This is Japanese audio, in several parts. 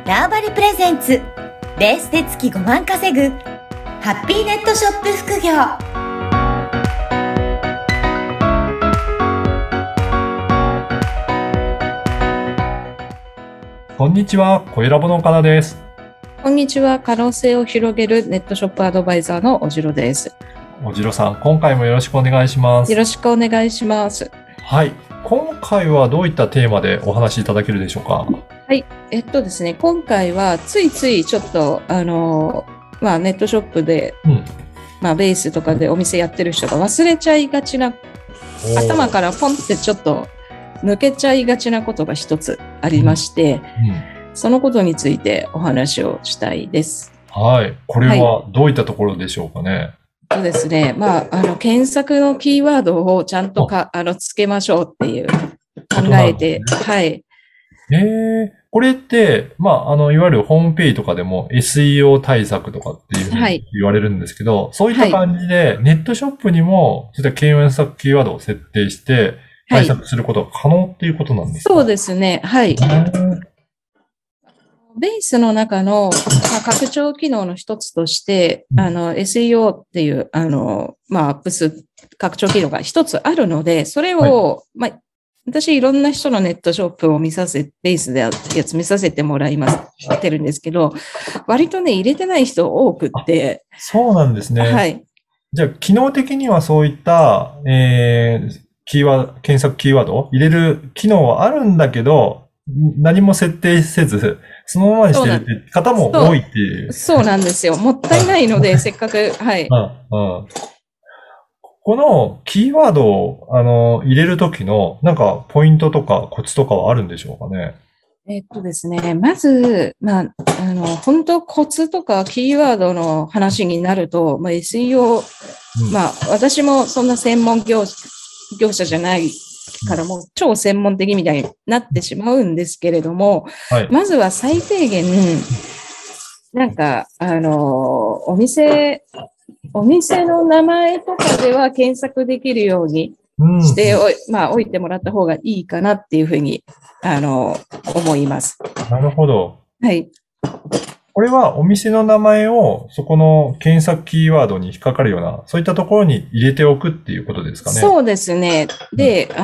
ターバリプレゼンツベースで月5万稼ぐハッピーネットショップ副業。 こんにちは、声ラボの岡田です。 こんにちは、可能性を広げるネットショップアドバイザーのおじろです。 おじろさん、今回もよろしくお願いします。 よろしくお願いします。 はい、今回はどういったテーマでお話しいただけるでしょうか。 はい、ですね、今回はついついちょっとネットショップで、ベースとかでお店やってる人が忘れちゃいがちな、頭からポンってちょっと抜けちゃいがちなことが一つありまして、そのことについてお話をしたいです。 はい。これはどういったところでしょうかね。 そうですね。検索のキーワードをちゃんとつけましょうっていう考えて、はい。 これって、いわゆるホームページとかでも SEO 対策とかっていうふうに言われるんですけど、そういった感じでネットショップにもそういった検索キーワードを設定して対策することが可能っていうことなんですか？ そうですね。はい。ベースの中の拡張機能の一つとして、SEO っていう、アップ数拡張機能が一つあるので、それを、私いろんな人のネットショップをベースでやつ見させてもらいってるんですけど、割とね、入れてない人多くって。 そうなんですね。はい。じゃあ、機能的にはそういった、検索キーワードを入れる機能はあるんだけど、何も設定せず、そのままにしてるって方も多いっていう。 そうなんですよ。もったいないので、せっかく、はい。 このキーワードを、入れるときの、なんか、ポイントとかコツとかはあるんでしょうかね。 ですね。まず、本当コツとかキーワードの話になると、SEO、私もそんな専門業者じゃないからもう超専門的みたいになってしまうんですけれども、まずは最低限、お店の名前とかでは検索できるようにしておいてもらった方がいいかなっていうふうに、思います。 なるほど。 はい。 これはお店の名前をそこの検索キーワードに引っかかるような、そういったところに入れておくっていうことですかね。 そうですね。で、例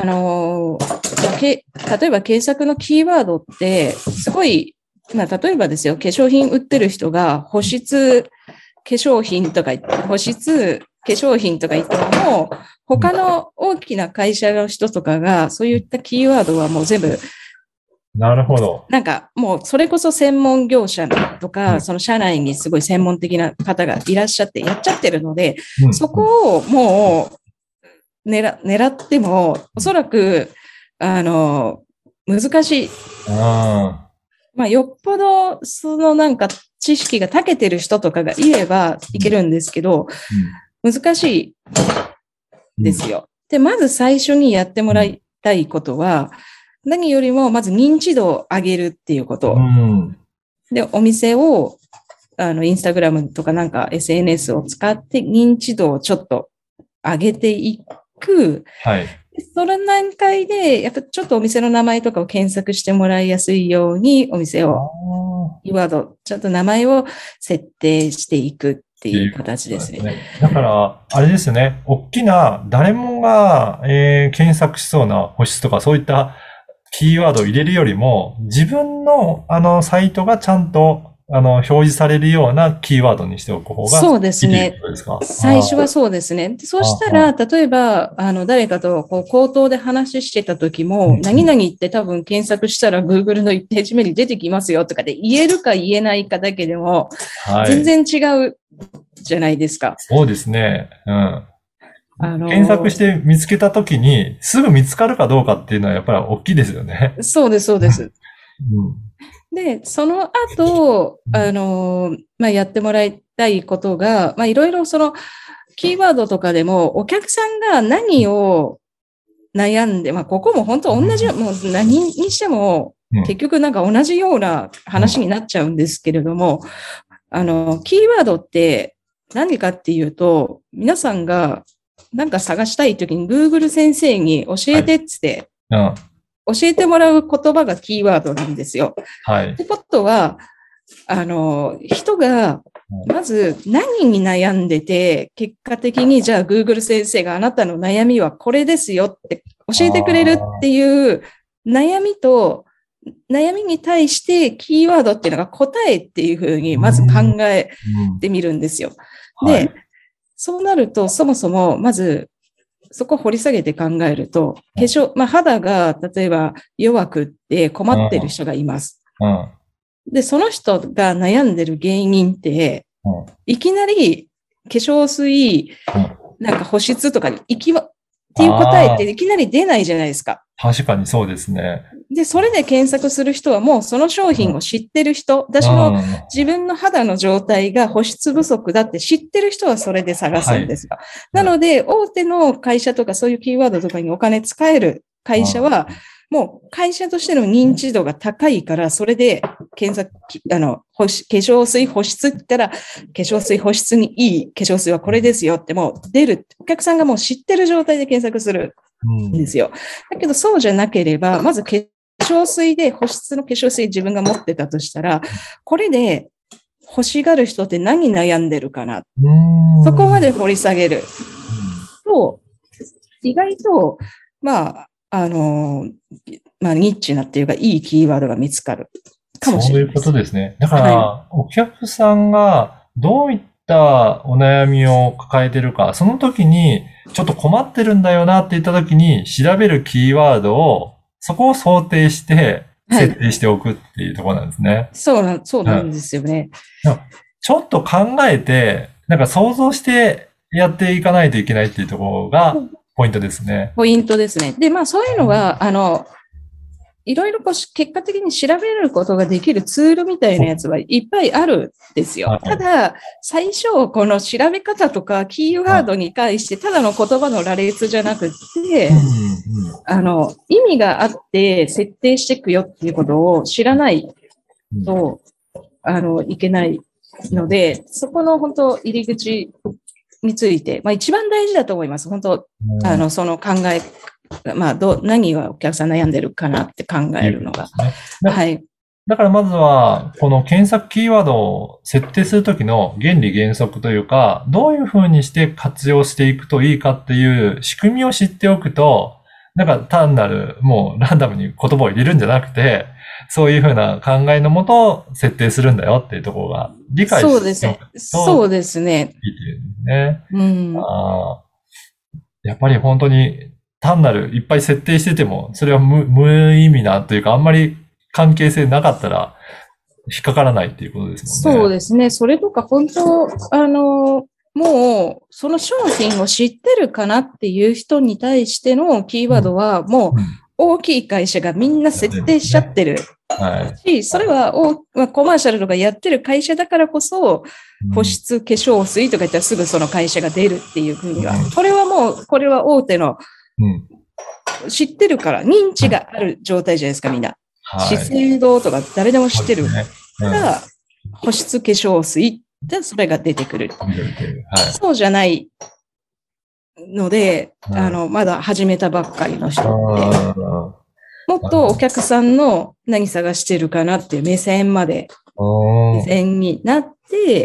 えば検索のキーワードって、すごい、例えばですよ、化粧品売ってる人が保湿化粧品とか言って、保湿化粧品とか言っても、他の大きな会社の人とかが、そういったキーワードはもう全部、 なるほど。 もうそれこそ専門業者とか、その社内にすごい専門的な方がいらっしゃってやっちゃってるので、そこをもう狙っても、おそらく、難しい。よっぽど、知識が長けてる人とかがいればいけるんですけど、難しいですよ。で、まず最初にやってもらいたいことは、何よりもまず認知度を上げるっていうこと。で、お店を、インスタグラムとかSNS を使って認知度をちょっと上げていく。その段階で、やっぱちょっとお店の名前とかを検索してもらいやすいように、お店を、キーワード、ちょっと名前を設定していくっていう形ですね。 だから、あれですよね。大きな、誰もが、検索しそうな保湿とかそういったキーワードを入れるよりも、自分の、サイトがちゃんと、表示されるようなキーワードにしておく方がいい。 そうですね。最初はそうですね。そうしたら、例えば、誰かと口頭で話してた時も、何々って多分検索したら Google の1ページ目に出てきますよとかで言えるか言えないかだけでも、全然違うじゃないですか。 そうですね。検索して見つけたときに、すぐ見つかるかどうかっていうのはやっぱり大きいですよね。 そうです、そうです。で、その後、やってもらいたいことが、いろいろその、キーワードとかでも、お客さんが何を悩んで、ここも本当同じ、もう何にしても、結局同じような話になっちゃうんですけれども、キーワードって何かっていうと、皆さんが探したいときに Google 先生に教えてって、教えてもらう言葉がキーワードなんですよ。ってことは、 人が、まず何に悩んでて、結果的にじゃあ Google 先生があなたの悩みはこれですよって教えてくれるっていう悩みに対してキーワードっていうのが答えっていうふうにまず考えてみるんですよ。で、そうなるとそもそもまずそこを掘り下げて考えると、肌が例えば弱くって困ってる人がいます。で、その人が悩んでる原因って、いきなり化粧水、なんか保湿とかっていう答えっていきなり出ないじゃないですか。 確かにそうですね。 で、それで検索する人はもうその商品を知ってる人、私の自分の肌の状態が保湿不足だって知ってる人はそれで探すんですが。なので、大手の会社とかそういうキーワードとかにお金使える会社は、もう会社としての認知度が高いから、それで検索、化粧水保湿って言ったら、化粧水保湿にいい化粧水はこれですよってもう出る。お客さんがもう知ってる状態で検索するんですよ。だけどそうじゃなければ、まず化粧水で保湿の化粧水自分が持ってたとしたら、これで欲しがる人って何悩んでるかな。そこまで掘り下げると、意外と、ニッチなっていうか、いいキーワードが見つかるかもしれない。 そういうことですね。だから、お客さんがどういったお悩みを抱えてるか、その時に、ちょっと困ってるんだよなって言った時に、調べるキーワードを、そこを想定して、設定しておくっていうところなんですね。 そうなんですよね。 ちょっと考えて、なんか想像してやっていかないといけないっていうところが、ポイントですね。 ポイントですね。で、そういうのは、いろいろ結果的に調べることができるツールみたいなやつはいっぱいあるんですよ。ただ、最初、この調べ方とかキーワードに対して、ただの言葉の羅列じゃなくて、意味があって設定していくよっていうことを知らないと、いけないので、そこの本当入り口について、一番大事だと思います。本当、その考え、何がお客さん悩んでるかなって考えるのが。はい。 だからまずは、この検索キーワードを設定するときの原理原則というか、どういうふうにして活用していくといいかっていう仕組みを知っておくと、なんか単なるもうランダムに言葉を入れるんじゃなくて、そういうふうな考えのもと設定するんだよっていうところが理解しておくとそうですね。 いいですね。やっぱり本当に単なるいっぱい設定してても、それは無意味なというか、あんまり関係性なかったら引っかからないっていうことですもんね。 そうですね。それとか本当、もう、その商品を知ってるかなっていう人に対してのキーワードは、もう、大きい会社がみんな設定しちゃってる。し、それはコマーシャルとかやってる会社だからこそ、保湿化粧水とか言ったらすぐその会社が出るっていうふうには。これは大手の、知ってるから、認知がある状態じゃないですか、みんな。資生堂とか誰でも知ってる。から、保湿化粧水でそれが出てくる。そうじゃないので、まだ始めたばっかりの人って、もっとお客さんの何探してるかなっていう目線まで、目線になって、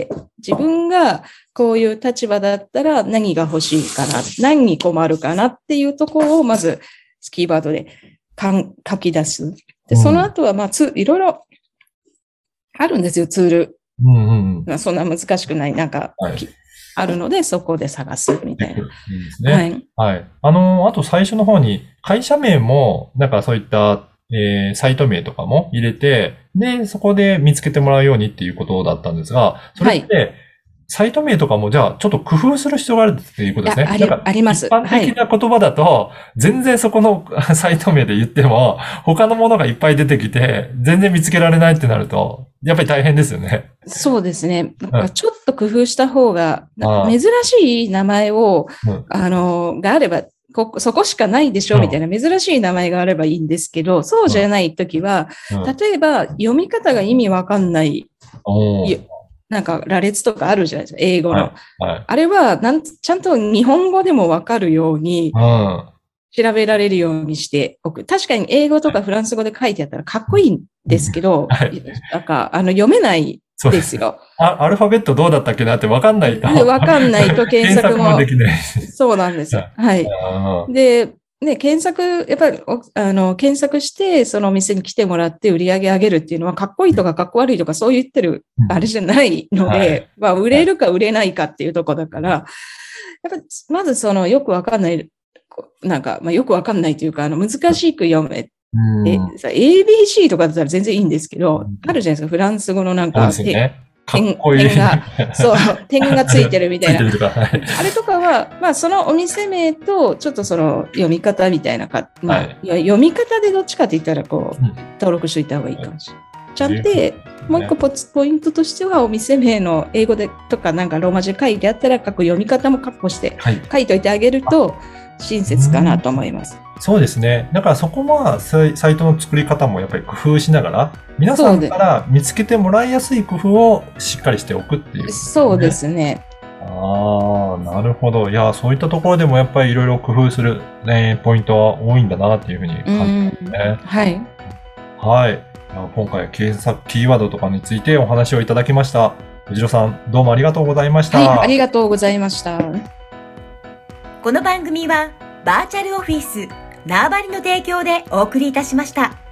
自分がこういう立場だったら何が欲しいかな、何に困るかなっていうところをまずキーワードで書き出す。で、その後はいろいろあるんですよ、ツール。そんな難しくない、あるので、そこで探すみたいな。いいですね。はい。あと最初の方に、会社名も、そういった、サイト名とかも入れて、で、そこで見つけてもらうようにっていうことだったんですが、それって、サイト名とかもじゃあちょっと工夫する必要があるっていうことですね。 あります。 一般的な言葉だと、全然そこのサイト名で言っても、他のものがいっぱい出てきて、全然見つけられないってなると、やっぱり大変ですよね。 そうですね。ちょっと工夫した方が、珍しい名前を、があれば、そこしかないでしょみたいな珍しい名前があればいいんですけど、そうじゃないときは、例えば読み方が意味わかんない、羅列とかあるじゃないですか、英語の。あれはちゃんと日本語でもわかるように、 調べられるようにしておく。確かに英語とかフランス語で書いてあったらかっこいいんですけど、なんか、読めないですよ。 アルファベットどうだったっけなってわかんないと。 わかんないと検索も。 できない。 そうなんですよ。はい。で、ね、検索、やっぱり、検索して、そのお店に来てもらって売り上げ上げるっていうのは、かっこいいとかかっこ悪いとかそう言ってる、あれじゃないので、まあ、売れるか売れないかっていうところだから、やっぱり、まずよくわかんない、なんか、まあ、よくわかんないというか、難しく読め。ABC とかだったら全然いいんですけど、あるじゃないですか、フランス語のなんか、点が、そう、点がついてるみたいな。あれとかは、まあ、そのお店名と、ちょっと読み方みたいなまあ、読み方でどっちかって言ったら、登録しといた方がいいかもしれない。ちゃんと、もう一個ポイントとしては、お店名の英語でとか、なんかローマ字書いてあったら、読み方も確保して書いといてあげると、親切かなと思います。 そうですね。だからそこはサイトの作り方もやっぱり工夫しながら、皆さんから見つけてもらいやすい工夫をしっかりしておくっていう、ね。 そうですね。 ああ、なるほど。いや、そういったところでもやっぱりいろいろ工夫する、ポイントは多いんだなっていうふうに感じますね。 はい。 はい。今回検索キーワードとかについてお話をいただきました。藤野さん、どうもありがとうございました。 はい、ありがとうございました。 この番組はバーチャルオフィス縄張りの提供でお送りいたしました。